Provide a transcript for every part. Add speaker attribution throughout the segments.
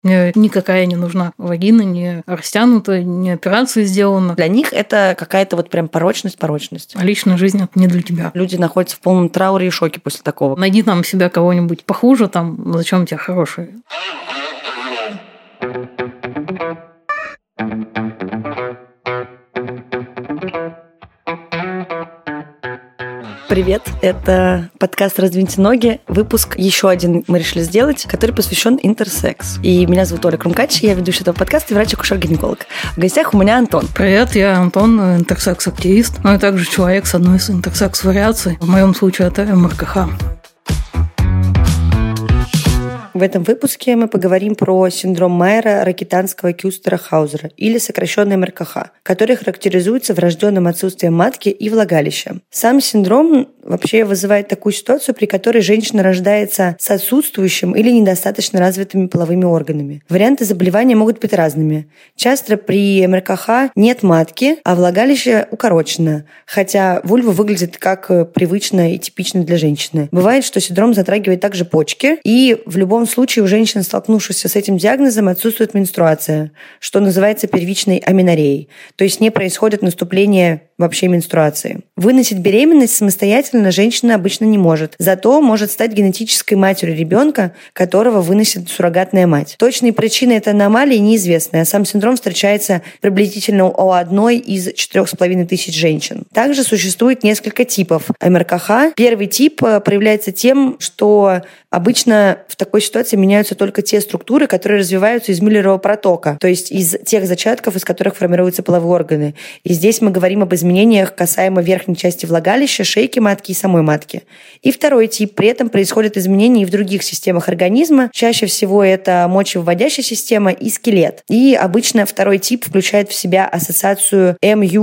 Speaker 1: Мне никакая не нужна вагина, не растянута, не операция сделана.
Speaker 2: Для них это какая-то вот прям порочность.
Speaker 1: А личная жизнь – это не для тебя.
Speaker 2: Люди находятся в полном трауре и шоке после такого.
Speaker 1: Найди там себя кого-нибудь похуже, там, зачем тебе хорошие.
Speaker 2: Привет, это подкаст «Раздвиньте ноги». Выпуск еще один мы решили сделать, который посвящен интерсекс. И меня зовут Оля Крумкач, я ведущая этого подкаста и врач-акушер-гинеколог. В гостях у меня Антон.
Speaker 1: Привет, я Антон, интерсекс-активист, но и также человек с одной из интерсекс-вариаций. В моем случае это МРКХ.
Speaker 2: В этом выпуске мы поговорим про синдром Майера-Рокитанского-Кюстера-Хаузера, или сокращенный МРКХ, который характеризуется врожденным отсутствием матки и влагалища. Сам синдром вообще вызывает такую ситуацию, при которой женщина рождается с отсутствующим или недостаточно развитыми половыми органами. Варианты заболевания могут быть разными. Часто при МРКХ нет матки, а влагалище укорочено, хотя вульва выглядит как привычно и типично для женщины. Бывает, что синдром затрагивает также почки, и в любом случае у женщин, столкнувшихся с этим диагнозом, отсутствует менструация, что называется первичной аменореей, то есть не происходит наступление вообще менструации. Выносить беременность самостоятельно женщина обычно не может, зато может стать генетической матерью ребенка, которого выносит суррогатная мать. Точные причины этой аномалии неизвестны, а сам синдром встречается приблизительно у одной из 4500 женщин. Также существует несколько типов МРКХ. Первый тип проявляется тем, что обычно в такой ситуации меняются только те структуры, которые развиваются из Мюллерова протока, то есть из тех зачатков, из которых формируются половые органы. И здесь мы говорим об изменениях касаемо верхней части влагалища, шейки матки и самой матки. И второй тип, при этом происходят изменения и в других системах организма. Чаще всего это мочевыводящая система и скелет. И обычно второй тип включает в себя ассоциацию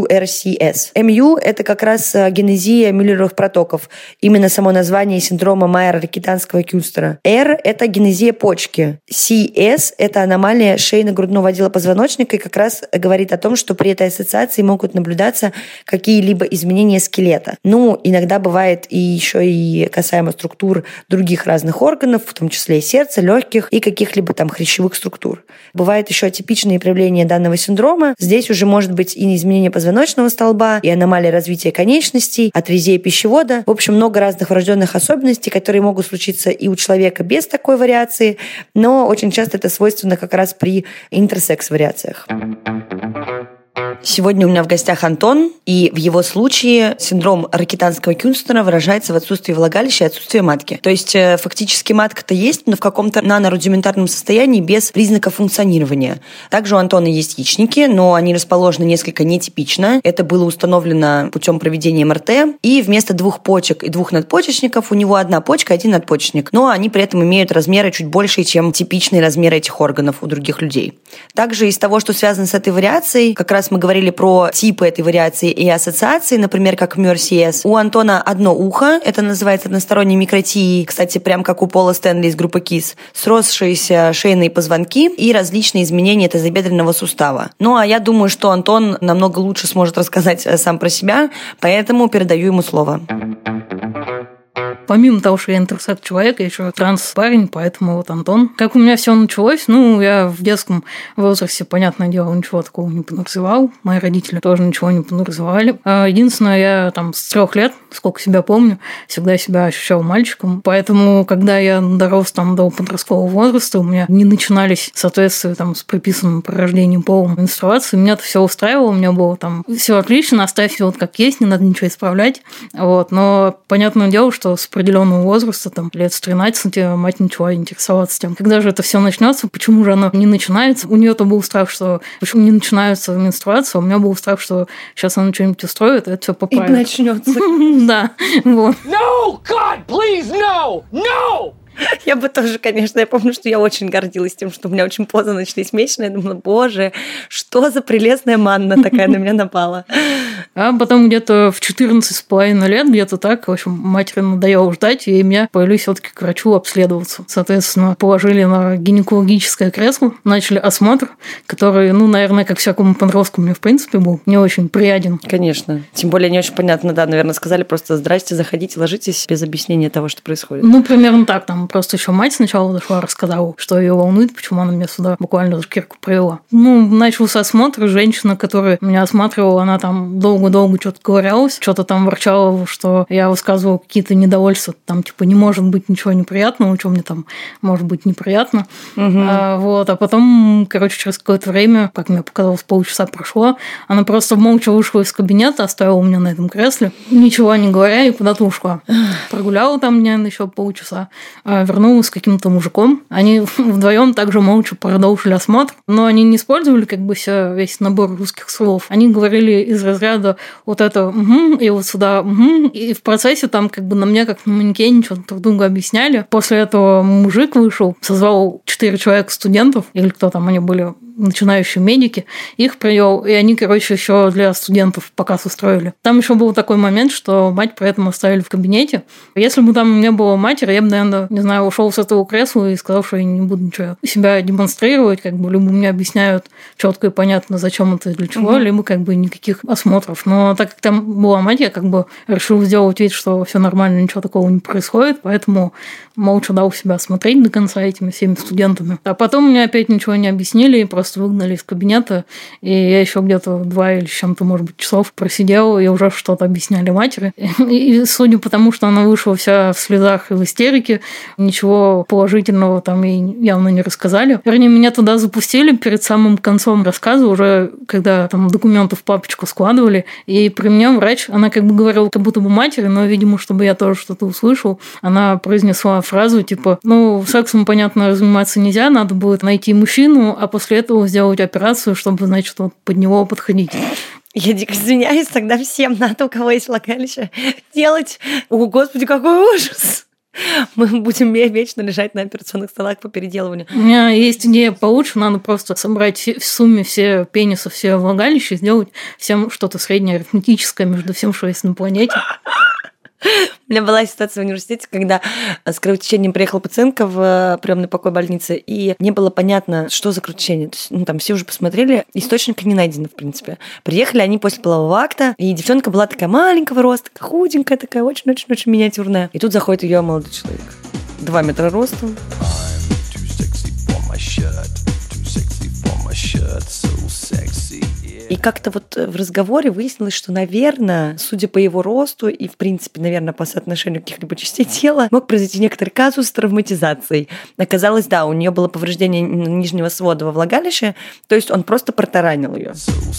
Speaker 2: МЮРСС. МЮ – это как раз генезия Мюллеровых протоков. Именно само название синдрома Майера-Рокитанского-Кюстера. R – это генезия почки. CS – это аномалия шейно-грудного отдела позвоночника и как раз говорит о том, что при этой ассоциации могут наблюдаться какие-либо изменения скелета. Ну, иногда бывает и еще и касаемо структур других разных органов, в том числе и сердца, легких и каких-либо там хрящевых структур. Бывают еще атипичные проявления данного синдрома. Здесь уже может быть и изменение позвоночного столба, и аномалия развития конечностей, атрезия пищевода. В общем, много разных врожденных особенностей, которые могут случиться и у человека без такой вариации, но очень часто это свойственно как раз при интерсекс-вариациях. Сегодня у меня в гостях Антон, и в его случае синдром Рокитанского-Кюстера выражается в отсутствии влагалища и отсутствии матки. То есть фактически матка-то есть, но в каком-то нанорудиментарном состоянии без признаков функционирования. Также у Антона есть яичники, но они расположены несколько нетипично. Это было установлено путем проведения МРТ. И вместо 2 почек и 2 надпочечников у него 1 почка, 1 надпочечник. Но они при этом имеют размеры чуть большие, чем типичные размеры этих органов у других людей. Также из того, что связано с этой вариацией, как раз мы говорили про типы этой вариации и ассоциации, например, как МЮРСС. У Антона одно ухо, это называется односторонней микротией, кстати, прям как у Пола Стэнли из группы KISS, сросшиеся шейные позвонки и различные изменения тазобедренного сустава. Ну, а я думаю, что Антон намного лучше сможет рассказать сам про себя, поэтому передаю ему слово.
Speaker 1: Помимо того, что я интерсекс-человек, я еще транс-парень, поэтому вот Антон. Как у меня все началось? Ну, я в детском возрасте, понятное дело, ничего такого не подразумевал. Мои родители тоже ничего не подразумевали. Единственное, я там с 3 лет, сколько себя помню, всегда себя ощущал мальчиком. Поэтому, когда я дорос там до подросткового возраста, у меня не начинались соответствия там с приписанным при рождении полом менструации. Меня это все устраивало, у меня было там все отлично, оставьте вот как есть, не надо ничего исправлять. Вот. Но понятное дело, что с определенного возраста, там, лет с 13, мать начала интересоваться тем, когда же это все начнется, почему же оно не начинается. У нее-то был страх, что почему не начинается менструация, у меня был страх, что сейчас она что-нибудь устроит, и это все поправит.
Speaker 2: И начнется.
Speaker 1: Да, вот.
Speaker 3: No, God, please, no! No!
Speaker 2: Я бы тоже, конечно, я помню, что я очень гордилась тем, что у меня очень поздно начались месячные. Я думала, боже, что за прелестная манна такая на меня напала.
Speaker 1: А потом где-то в 14,5 лет, где-то так, в общем, матери надоело ждать, и меня повели все-таки к врачу обследоваться. Соответственно, положили на гинекологическое кресло, начали осмотр, который, наверное, как всякому подростку мне, в принципе, был не очень приятен.
Speaker 2: Конечно. Тем более не очень понятно, да, наверное, сказали просто «здрасте, заходите, ложитесь», без объяснения того, что происходит.
Speaker 1: Примерно так. Там просто еще мать сначала зашла, рассказала, что ее волнует, почему она меня сюда буквально за шкирку привела. Начался осмотр, женщина, которая меня осматривала, она там долго-долго что-то ковырялась, что-то там ворчала, что я высказывала какие-то недовольства, там, типа, не может быть ничего неприятного, что мне там может быть неприятно. А потом, через какое-то время, как мне показалось, полчаса прошло, она просто молча вышла из кабинета, оставила меня на этом кресле, ничего не говоря, и куда-то ушла. Прогуляла там меня еще полчаса, вернулась с каким-то мужиком. Они вдвоем также молча продолжили осмотр, но они не использовали весь набор русских слов. Они говорили из разряда вот это и вот сюда и в процессе там на мне, как на манекене, что-то друг другу объясняли. После этого мужик вышел, созвал 4 человека студентов, или кто там они были, начинающие медики, их привел, и они, еще для студентов показ устроили. Там еще был такой момент, что мать при этом оставили в кабинете. Если бы там не было матери, я бы, наверное, не знаю, ушел с этого кресла и сказал, что я не буду ничего себя демонстрировать, либо мне объясняют четко и понятно, зачем это и для чего, либо никаких осмотров. Но так как там была мать, я решил сделать вид, что все нормально, ничего такого не происходит, поэтому молча дал себя осмотреть до конца этими всеми студентами. А потом мне опять ничего не объяснили, просто выгнали из кабинета, и я еще где-то 2 или с чем-то, может быть, часов просидела, и уже что-то объясняли матери. И судя по тому, что она вышла вся в слезах и в истерике, ничего положительного там ей явно не рассказали. Вернее, меня туда запустили перед самым концом рассказа, уже когда там документы в папочку складывали, и при мне врач, она говорила как будто бы матери, но, видимо, чтобы я тоже что-то услышал, она произнесла фразу типа, сексом, понятно, заниматься нельзя, надо будет найти мужчину, а после этого сделать операцию, чтобы, под него подходить.
Speaker 2: Я дико извиняюсь, тогда всем надо, у кого есть влагалище, делать. О, Господи, какой ужас! Мы будем вечно лежать на операционных столах по переделыванию.
Speaker 1: У меня есть идея получше, надо просто собрать в сумме все пенисы, все влагалища, сделать всем что-то среднее арифметическое между всем, что есть на планете.
Speaker 2: У меня была ситуация в университете, когда с кровотечением приехала пациентка в приемный покой больницы, и не было понятно, что за кровотечение. То есть, там все уже посмотрели, источника не найдено, в принципе. Приехали они после полового акта, и девчонка была такая маленького роста, такая худенькая, такая очень-очень-очень миниатюрная. И тут заходит ее молодой человек. 2 метра ростом. И как-то в разговоре выяснилось, что, наверное, судя по его росту и, в принципе, наверное, по соотношению каких-либо частей тела, мог произойти некоторый казус с травматизацией. Оказалось, да, у нее было повреждение нижнего свода во влагалище, то есть он просто протаранил ее.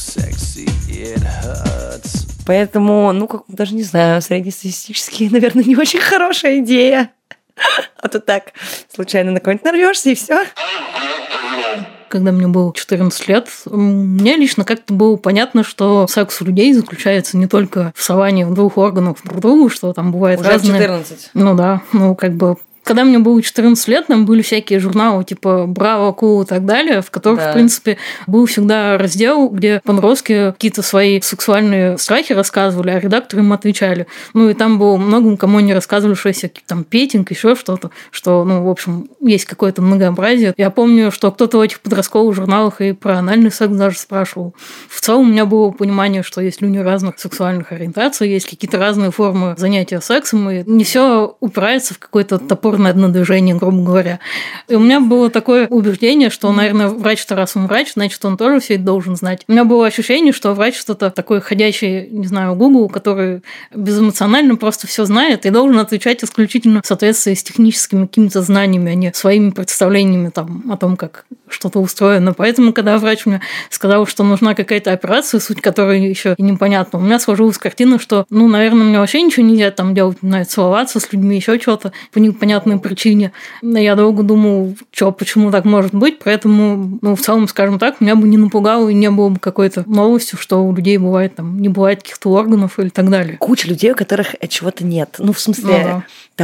Speaker 2: Поэтому, даже не знаю, среднестатистически, наверное, не очень хорошая идея. А то так, случайно на кого-нибудь нарвешься и все.
Speaker 1: Когда мне было 14 лет, мне лично как-то было понятно, что секс у людей заключается не только в совании 2 органов друг к другу, что там бывает
Speaker 2: уже
Speaker 1: разные...
Speaker 2: 14.
Speaker 1: Когда мне было 14 лет, там были всякие журналы типа «Браво», «Кул» и так далее, в которых, в принципе, был всегда раздел, где подростки какие-то свои сексуальные страхи рассказывали, а редакторы им отвечали. И там было многому, кому они рассказывали, что есть там петинг, еще что-то, что, в общем, есть какое-то многообразие. Я помню, что кто-то в этих подростковых журналах и про анальный секс даже спрашивал. В целом у меня было понимание, что есть люди разных сексуальных ориентаций, есть какие-то разные формы занятия сексом, и не все упирается в какой-то топорное одно движение, грубо говоря. И у меня было такое убеждение, что, наверное, врач-то раз он врач, значит, он тоже все это должен знать. У меня было ощущение, что врач что-то такой ходячий, не знаю, Google, который безэмоционально просто все знает и должен отвечать исключительно в соответствии с техническими какими-то знаниями, а не своими представлениями о том, как что-то устроено. Поэтому, когда врач мне сказал, что нужна какая-то операция, суть которой еще и непонятна, у меня сложилась картина, что, наверное, мне вообще ничего нельзя там делать, не знаю, целоваться с людьми, еще что-то по непонятным непонятной причине. Я долго думал, почему так может быть, поэтому, в целом, скажем так, меня бы не напугало и не было бы какой-то новостью, что у людей бывает не бывает каких-то органов или так далее.
Speaker 2: Куча людей, у которых чего-то нет. В смысле,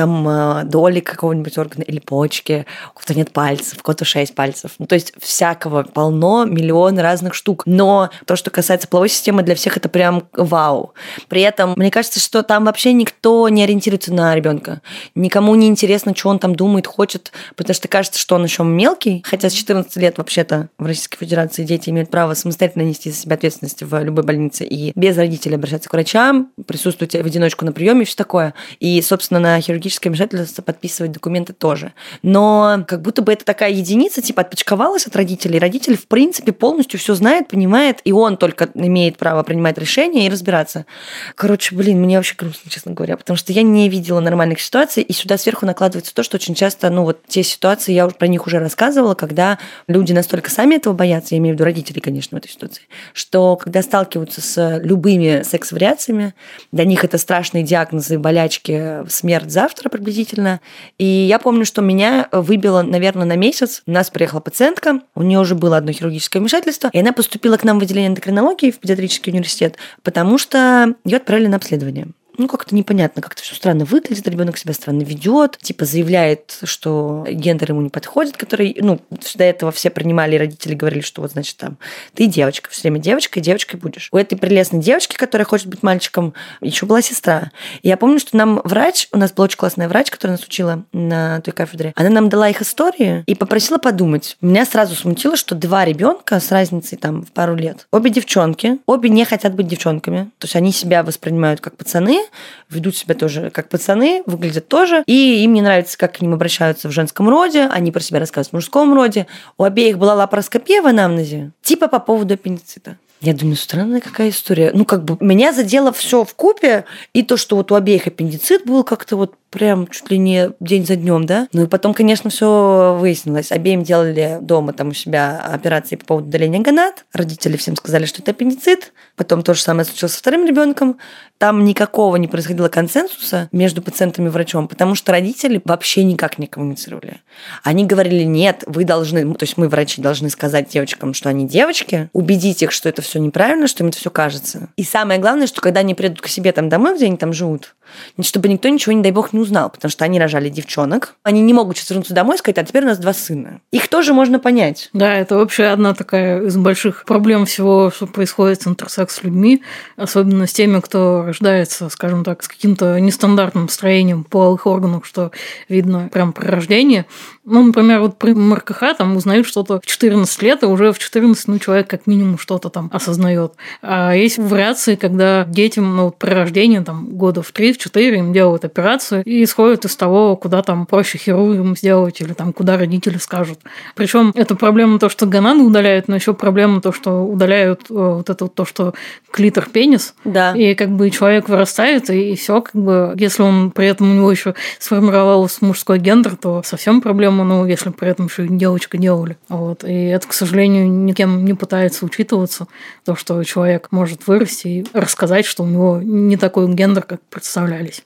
Speaker 2: там доли какого-нибудь органа или почки, у кого-то нет пальцев, у кого-то 6 пальцев. То есть всякого полно, миллион разных штук. Но то, что касается половой системы, для всех это прям вау. При этом, мне кажется, что там вообще никто не ориентируется на ребенка. Никому не интересно, что он там думает, хочет, потому что кажется, что он еще мелкий, хотя с 14 лет вообще-то в Российской Федерации дети имеют право самостоятельно нести за себя ответственность в любой больнице и без родителей обращаться к врачам, присутствовать в одиночку на приеме и все такое. И, собственно, на хирургическое вмешательство подписывать документы тоже. Но как будто бы это такая единица, отпочковалась от родителей. Родитель, в принципе, полностью все знает, понимает, и он только имеет право принимать решения и разбираться. Короче, мне вообще грустно, честно говоря, потому что я не видела нормальных ситуаций, и сюда сверху накладывается то, что очень часто, те ситуации, я про них уже рассказывала, когда люди настолько сами этого боятся, я имею в виду родителей, конечно, в этой ситуации, что когда сталкиваются с любыми секс-вариациями, для них это страшные диагнозы, болячки, смерть завтра приблизительно. И я помню, что меня выбило, наверное, на месяц. У нас приехала пациентка, у нее уже было одно хирургическое вмешательство, и она поступила к нам в отделение эндокринологии в педиатрический университет, потому что ее отправили на обследование. Как-то непонятно, как-то все странно выглядит, ребенок себя странно ведет, заявляет, что гендер ему не подходит, который, до этого все принимали, и родители говорили, что значит, ты девочка, все время девочка, и девочкой будешь. У этой прелестной девочки, которая хочет быть мальчиком, еще была сестра. И я помню, что нам врач, у нас была очень классная врач, которая нас учила на той кафедре, она нам дала их истории и попросила подумать. Меня сразу смутило, что 2 ребенка с разницей в пару лет, обе девчонки, обе не хотят быть девчонками, то есть они себя воспринимают как пацаны, ведут себя тоже как пацаны, выглядят тоже, и им не нравится, как к ним обращаются в женском роде, они про себя рассказывают в мужском роде. У обеих была лапароскопия в анамнезе, по поводу аппендицита. Я думаю, странная какая история. Меня задело все вкупе, и то, что у обеих аппендицит был как-то прям чуть ли не день за днем, да? И потом, конечно, все выяснилось. Обеим делали дома у себя операции по поводу удаления гонад. Родители всем сказали, что это аппендицит. Потом то же самое случилось со вторым ребенком. Там никакого не происходило консенсуса между пациентами и врачом, потому что родители вообще никак не коммуницировали. Они говорили, нет, вы должны, то есть мы, врачи, должны сказать девочкам, что они девочки, убедить их, что это все неправильно, что им это все кажется. И самое главное, что когда они придут к себе домой, где они там живут, чтобы никто ничего, не дай бог, не узнал, потому что они рожали девчонок. Они не могут сейчас вернуться домой и сказать, а теперь у нас 2 сына. Их тоже можно понять.
Speaker 1: Да, это вообще одна такая из больших проблем всего, что происходит с интерсекс-людьми, особенно с теми, кто рождается, скажем так, с каким-то нестандартным строением половых органов, что видно прям при рождении. Например, при МРКХ узнают что-то в 14 лет, и уже в 14 человек как минимум что-то осознает. А есть вариации, когда детям при рождении года в 3-4 им делают операцию и исходят из того, куда проще хирургам сделать или куда родители скажут. Причем это проблема то, что гонады удаляют, но еще проблема то, что удаляют то, что клитор, пенис.
Speaker 2: Да.
Speaker 1: И человек вырастает, и все если он при этом у него еще сформировался мужской гендер, то совсем проблема, если при этом еще и девочка делали. И это, к сожалению, никем не пытается учитываться, то, что человек может вырасти и рассказать, что у него не такой гендер, как представлялись.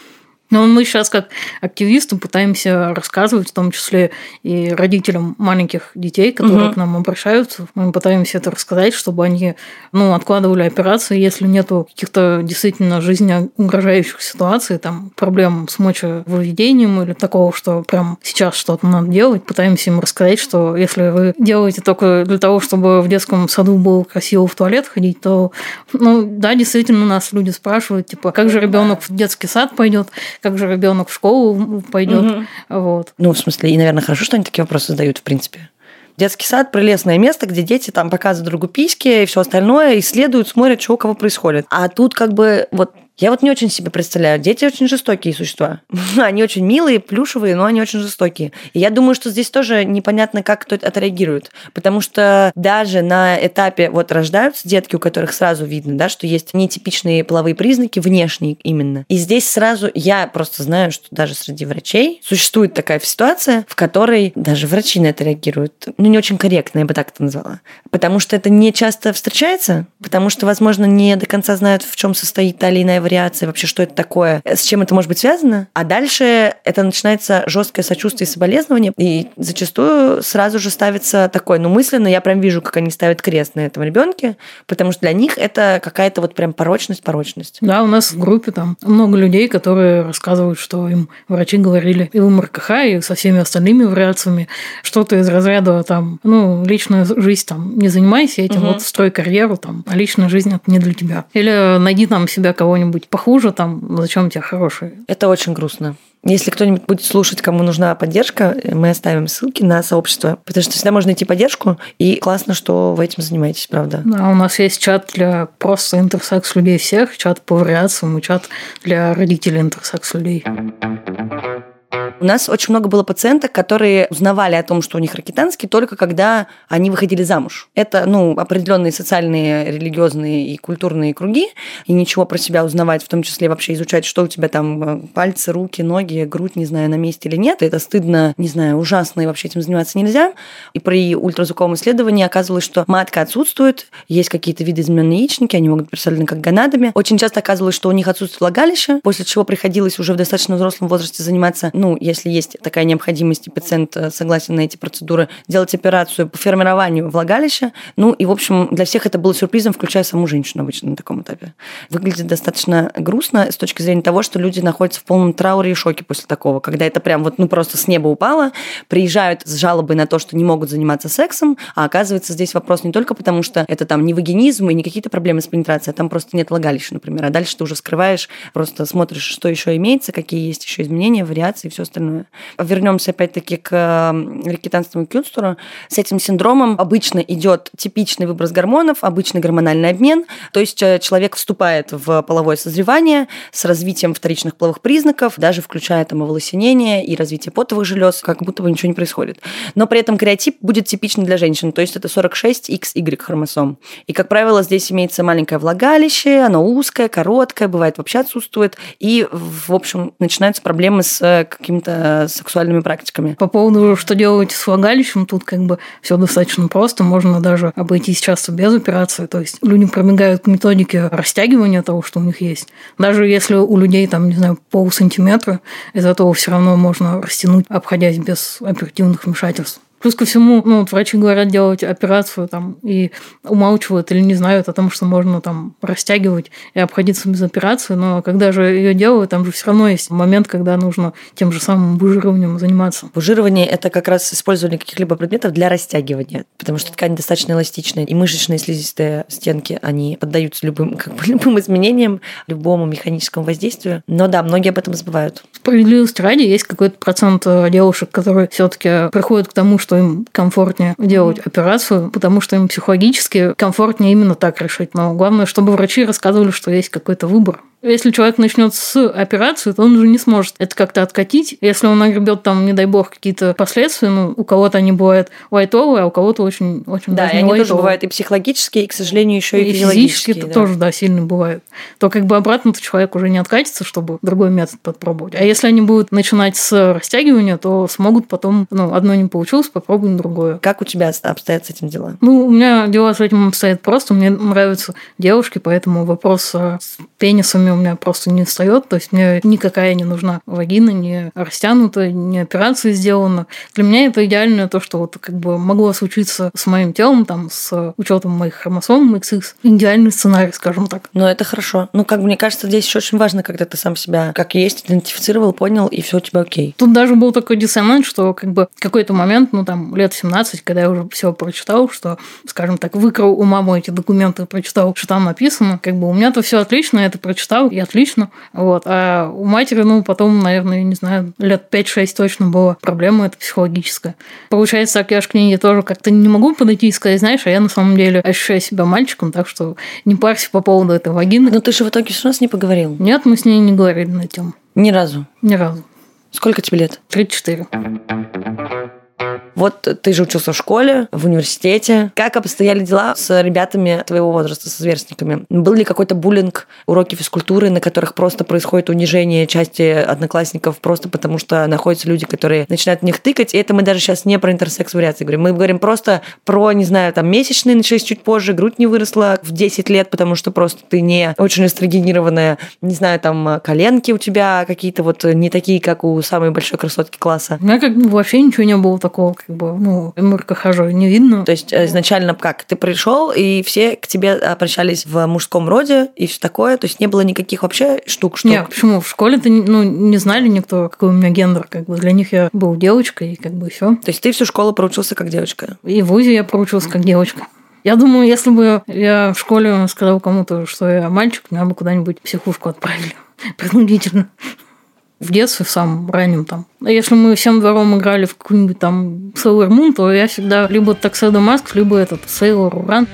Speaker 1: Но мы сейчас, как активисты, пытаемся рассказывать, в том числе и родителям маленьких детей, которые к нам обращаются. Мы пытаемся это рассказать, чтобы они откладывали операции, если нету каких-то действительно жизнеугрожающих ситуаций, проблем с мочевыведением или такого, что прям сейчас что-то надо делать. Пытаемся им рассказать, что если вы делаете только для того, чтобы в детском саду было красиво в туалет ходить, то, да, действительно нас люди спрашивают, как же ребенок в детский сад пойдет, как же ребенок в школу пойдет. В
Speaker 2: смысле, и, наверное, хорошо, что они такие вопросы задают, в принципе. Детский сад – прелестное место, где дети показывают друг другу письки и все остальное, исследуют, смотрят, что у кого происходит. А тут я не очень себе представляю. Дети очень жестокие существа. Они очень милые, плюшевые, но они очень жестокие. И я думаю, что здесь тоже непонятно, как кто отреагирует. Потому что даже на этапе рождаются детки, у которых сразу видно, да, что есть нетипичные половые признаки, внешние именно. И здесь сразу я просто знаю, что даже среди врачей существует такая ситуация, в которой даже врачи на это реагируют. Не очень корректно, я бы так это назвала. Потому что это не часто встречается, потому что, возможно, не до конца знают, в чем состоит та или иная вариация, вообще, что это такое, с чем это может быть связано. А дальше это начинается жесткое сочувствие и соболезнование, и зачастую сразу же ставится такое, мысленно я прям вижу, как они ставят крест на этом ребенке, потому что для них это какая-то вот прям порочность.
Speaker 1: Да, у нас в группе там много людей, которые рассказывают, что им врачи говорили и в МРКХ, и со всеми остальными вариациями что-то из разряда там, личная жизнь там, не занимайся этим, вот строй карьеру там, а личная жизнь это не для тебя. Или найди там себя кого-нибудь похуже, там, зачем тебе хорошие.
Speaker 2: Это очень грустно. Если кто-нибудь будет слушать, кому нужна поддержка, мы оставим ссылки на сообщество, потому что всегда можно найти поддержку, и классно, что вы этим занимаетесь, правда.
Speaker 1: Да, у нас есть чат для просто интерсекс людей всех, чат по вариациям и чат для родителей интерсекс людей.
Speaker 2: У нас очень много было пациенток, которые узнавали о том, что у них ракитанский, только когда они выходили замуж. Это, определенные социальные, религиозные и культурные круги, и ничего про себя узнавать, в том числе вообще изучать, что у тебя там, пальцы, руки, ноги, грудь, не знаю, на месте или нет. Это стыдно, не знаю, ужасно, и вообще этим заниматься нельзя. И при ультразвуковом исследовании оказывалось, что матка отсутствует, есть какие-то виды измененные яичники, они могут быть представлены как гонадами. Очень часто оказывалось, что у них отсутствует влагалище, после чего приходилось уже в достаточно взрослом возрасте заниматься, если есть такая необходимость, и пациент согласен на эти процедуры, делать операцию по формированию влагалища. И, в общем, для всех это было сюрпризом, включая саму женщину обычно на таком этапе. Выглядит достаточно грустно с точки зрения того, что люди находятся в полном трауре и шоке после такого, когда это прям просто с неба упало, приезжают с жалобой на то, что не могут заниматься сексом, а оказывается, здесь вопрос не только потому, что это там не вагинизм и не какие-то проблемы с пенетрацией, а там просто нет влагалища, например. А дальше ты уже вскрываешь, просто смотришь, что еще имеется, какие есть еще изменения, вариации и все остальное. Вернемся опять-таки к рикетанскому кюнстеру. С этим синдромом обычно идет типичный выброс гормонов, обычный гормональный обмен, то есть человек вступает в половое созревание с развитием вторичных половых признаков, даже включая там оволосенение и развитие потовых желез, как будто бы ничего не происходит. Но при этом кариотип будет типичный для женщин, то есть это 46XY хромосом. И, как правило, здесь имеется маленькое влагалище, оно узкое, короткое, бывает вообще отсутствует, и, в общем, начинаются проблемы с какими-то сексуальными практиками.
Speaker 1: По поводу, что делать с влагалищем, тут все достаточно просто. Можно даже обойтись часто без операции. То есть люди пробегают к методике растягивания того, что у них есть. Даже если у людей, полсантиметра, из этого все равно можно растянуть, обходясь без оперативных вмешательств. Плюс ко всему, врачи говорят делать операцию и умалчивают или не знают о том, что можно растягивать и обходиться без операции, но когда же ее делают, там же все равно есть момент, когда нужно тем же самым бужированием заниматься.
Speaker 2: Бужирование – это как раз использование каких-либо предметов для растягивания, потому что ткань достаточно эластичная, и мышечные слизистые стенки, они поддаются любым изменениям, любому механическому воздействию. Но да, многие об этом забывают.
Speaker 1: Справедливости ради, есть какой-то процент девушек, которые все-таки приходят к тому, что им комфортнее делать операцию, потому что им психологически комфортнее именно так решить. Но главное, чтобы врачи рассказывали, что есть какой-то выбор. Если человек начнет с операции, то он уже не сможет это как-то откатить. Если он нагребет не дай бог, какие-то последствия, у кого-то они бывают лайтовые, а у кого-то очень
Speaker 2: да,
Speaker 1: даже
Speaker 2: и
Speaker 1: не
Speaker 2: они тоже бывают и психологические, и, к сожалению, еще и физиологические.
Speaker 1: Физически это тоже, сильно бывает. То обратно-то человек уже не откатится, чтобы другой метод попробовать. А если они будут начинать с растягивания, то смогут потом, одно не получилось, попробуем другое.
Speaker 2: Как у тебя обстоят с этим дела?
Speaker 1: У меня дела с этим обстоят просто. Мне нравятся девушки, поэтому вопрос с пенисами у меня просто не встает. То есть мне никакая не нужна вагина, не растянута, не операция сделана. Для меня это идеальное то, что могло случиться с моим телом, с учетом моих хромосом XX. Идеальный сценарий, скажем так.
Speaker 2: Но это хорошо. Мне кажется, здесь еще очень важно, когда ты сам себя как есть идентифицировал, понял, и все у тебя окей.
Speaker 1: Тут даже был такой диссонанс, что какой-то момент, лет 17, когда я уже все прочитал, что, скажем так, выкрал у мамы эти документы, прочитал, что там написано, у меня-то все отлично, я это прочитал, и отлично. А у матери, потом, наверное, не знаю, лет 5-6 точно была проблема эта психологическая. Получается, так я ж к ней тоже как-то не могу подойти и сказать, знаешь, а я на самом деле ощущаю себя мальчиком, так что не парься по поводу этой вагины.
Speaker 2: Но ты же в итоге все равно с ней поговорил?
Speaker 1: Нет, мы с ней не говорили на тему.
Speaker 2: Ни разу?
Speaker 1: Ни разу.
Speaker 2: Сколько тебе лет?
Speaker 1: 34.
Speaker 2: Вот ты же учился в школе, в университете. Как обстояли дела с ребятами твоего возраста, со сверстниками? Был ли какой-то буллинг, уроки физкультуры, на которых просто происходит унижение части одноклассников просто потому, что находятся люди, которые начинают в них тыкать? И это мы даже сейчас не про интерсекс-вариации говорим. Мы говорим просто про, не знаю, там месячные начались чуть позже, грудь не выросла в 10 лет, потому что просто ты не очень эстрогенированная, не знаю, там коленки у тебя какие-то вот не такие, как у самой большой красотки класса.
Speaker 1: У меня как бы вообще ничего не было такого, как бы, МРКХ же не видно.
Speaker 2: То есть изначально как? Ты пришел и все к тебе обращались в мужском роде и все такое? То есть не было никаких вообще штук?
Speaker 1: Нет, почему? В школе-то не знали никто, какой у меня гендер. Как бы для них я был девочкой, и как бы все.
Speaker 2: То есть ты всю школу проучился как девочка?
Speaker 1: И в ВУЗе я проучился как девочка. Я думаю, если бы я в школе сказал кому-то, что я мальчик, меня бы куда-нибудь в психушку отправили. Принудительно. В детстве, в самом раннем там. А если мы всем двором играли в какую-нибудь там Sailor Moon, то я всегда либо Tuxedo Mask, либо этот Sailor Run.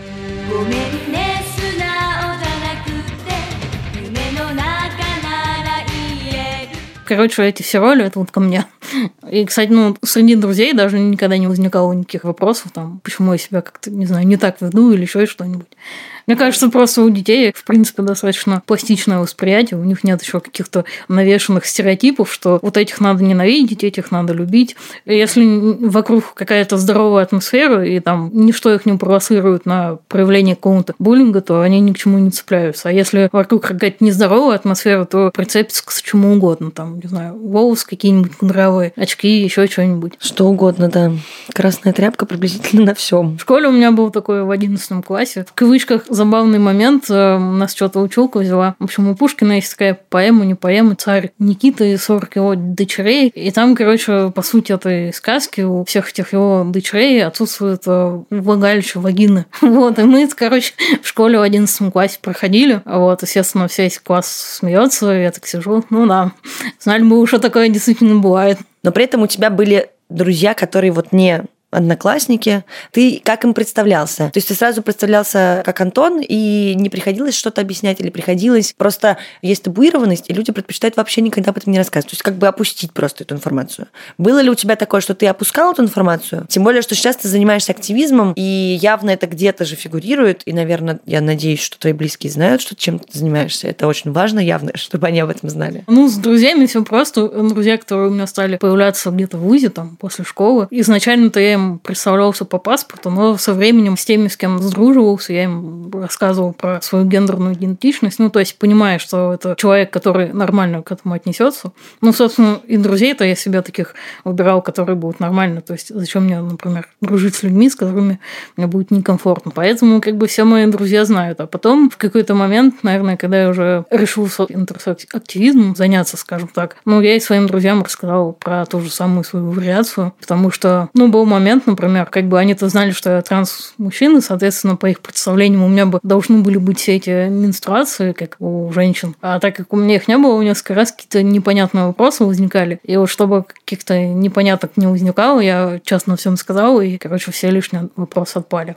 Speaker 1: Короче, эти все роли, это вот ко мне. И, кстати, среди друзей даже никогда не возникало никаких вопросов, там, почему я себя как-то, не знаю, не так веду или еще что-нибудь. Мне кажется, просто у детей, в принципе, достаточно пластичное восприятие, у них нет еще каких-то навешенных стереотипов, что вот этих надо ненавидеть, этих надо любить. И если вокруг какая-то здоровая атмосфера, и там ничто их не провоцирует на проявление какого-то буллинга, то они ни к чему не цепляются. А если вокруг какая-то нездоровая атмосфера, то прицепится к чему угодно. Там, не знаю, волосы какие-нибудь кудрявые, очки, еще что-нибудь.
Speaker 2: Что угодно, да. Красная тряпка приблизительно на всем.
Speaker 1: В школе у меня был такой в 11 классе. В кавычках забавный момент. У нас что-то училка взяла. В общем, у Пушкина есть такая поэма, не поэма, «Царь Никита и 40 его дочерей». И там, короче, по сути этой сказки у всех этих его дочерей отсутствует влагалище, вагины. Вот, и мы, короче, в школе в 11 классе проходили. Вот, естественно, весь класс смеется, и я так сижу. Ну да, знали бы, что такое действительно бывает.
Speaker 2: Но при этом у тебя были друзья, которые вот не одноклассники. Ты как им представлялся? То есть ты сразу представлялся как Антон, и не приходилось что-то объяснять, или приходилось? Просто есть табуированность, и люди предпочитают вообще никогда об этом не рассказывать. То есть как бы опустить просто эту информацию. Было ли у тебя такое, что ты опускал эту информацию? Тем более, что сейчас ты занимаешься активизмом, и явно это где-то же фигурирует, и, наверное, я надеюсь, что твои близкие знают, что чем ты занимаешься. Это очень важно, явно, чтобы они об этом знали.
Speaker 1: С друзьями все просто. Друзья, которые у меня стали появляться где-то в ВУЗе, там, после школы. Изначально-то я им представлялся по паспорту, но со временем с теми, с кем сдруживался, я им рассказывал про свою гендерную идентичность. То есть, понимая, что это человек, который нормально к этому отнесется. Собственно, и друзей-то я себя таких выбирал, которые будут нормально. То есть, зачем мне, например, дружить с людьми, с которыми мне будет некомфортно. Поэтому, все мои друзья знают. А потом, в какой-то момент, наверное, когда я уже решился интерсекс-активизмом заняться, скажем так, я и своим друзьям рассказал про ту же самую свою вариацию, потому что, был момент, например, они-то знали, что я транс-мужчина, соответственно, по их представлениям у меня бы должны были быть все эти менструации, как у женщин. А так как у меня их не было, у несколько раз какие-то непонятные вопросы возникали. И вот чтобы каких-то непоняток не возникало, я честно всем сказала, и, все лишние вопросы отпали.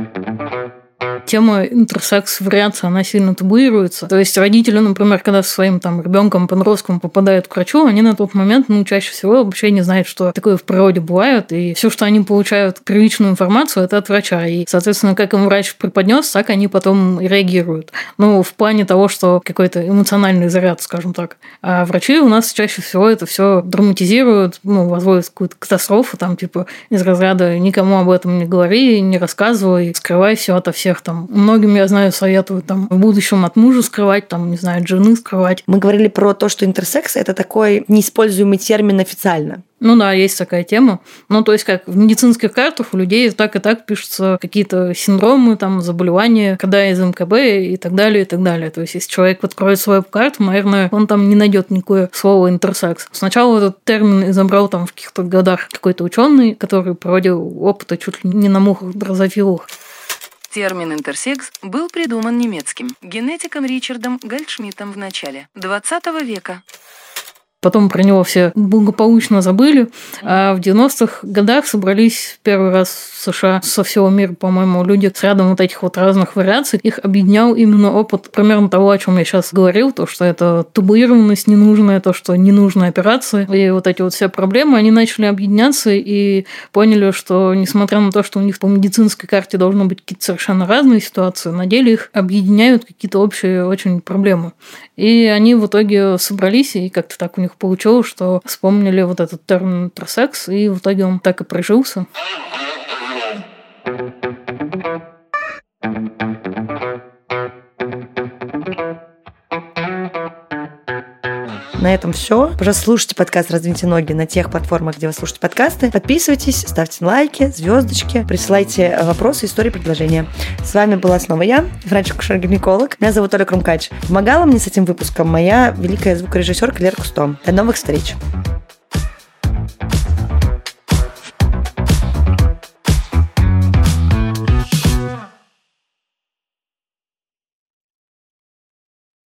Speaker 1: Тема интерсекс-вариации, она сильно табуируется. То есть родители, например, когда со своим ребенком подростком попадают к врачу, они на тот момент, чаще всего вообще не знают, что такое в природе бывает, и все, что они получают первичную информацию, это от врача. И, соответственно, как им врач преподнес, так они потом и реагируют. В плане того, что какой-то эмоциональный заряд, скажем так. А врачи у нас чаще всего это все драматизируют, возводят какую-то катастрофу, из разряда никому об этом не говори, не рассказывай, скрывай все ото всех Многим, я знаю, советуют в будущем от мужа скрывать, от жены скрывать.
Speaker 2: Мы говорили про то, что интерсекс – это такой неиспользуемый термин официально.
Speaker 1: Да, есть такая тема. То есть, как в медицинских картах у людей так и так пишутся какие-то синдромы, заболевания, когда из МКБ и так далее, и так далее. То есть, если человек откроет свою карту, наверное, он там не найдет никакое слово интерсекс. Сначала этот термин изобрел в каких-то годах какой-то ученый, который проводил опыты чуть ли не на мухах дрозофилах.
Speaker 4: Термин «интерсекс» был придуман немецким генетиком Ричардом Гальдшмидтом в начале XX века.
Speaker 1: Потом про него все благополучно забыли. А в 90-х годах собрались в первый раз в США со всего мира, по-моему, люди с рядом вот этих вот разных вариаций. Их объединял именно опыт примерно того, о чем я сейчас говорил, то, что это табуированность ненужная, то, что ненужные операции. И вот эти вот все проблемы, они начали объединяться и поняли, что несмотря на то, что у них по медицинской карте должны быть какие-то совершенно разные ситуации, на деле их объединяют какие-то общие очень проблемы. И они в итоге собрались, и как-то так у них получилось, что вспомнили вот этот термин интерсекс, и в итоге он так и прижился.
Speaker 2: На этом все. Пожалуйста, слушайте подкаст «Раздвиньте ноги» на тех платформах, где вы слушаете подкасты. Подписывайтесь, ставьте лайки, звездочки, присылайте вопросы, истории, предложения. С вами была снова я, врач-акушер-гинеколог. Меня зовут Оля Крумкач. Помогала мне с этим выпуском моя великая звукорежиссерка Лера Кусто. До новых встреч!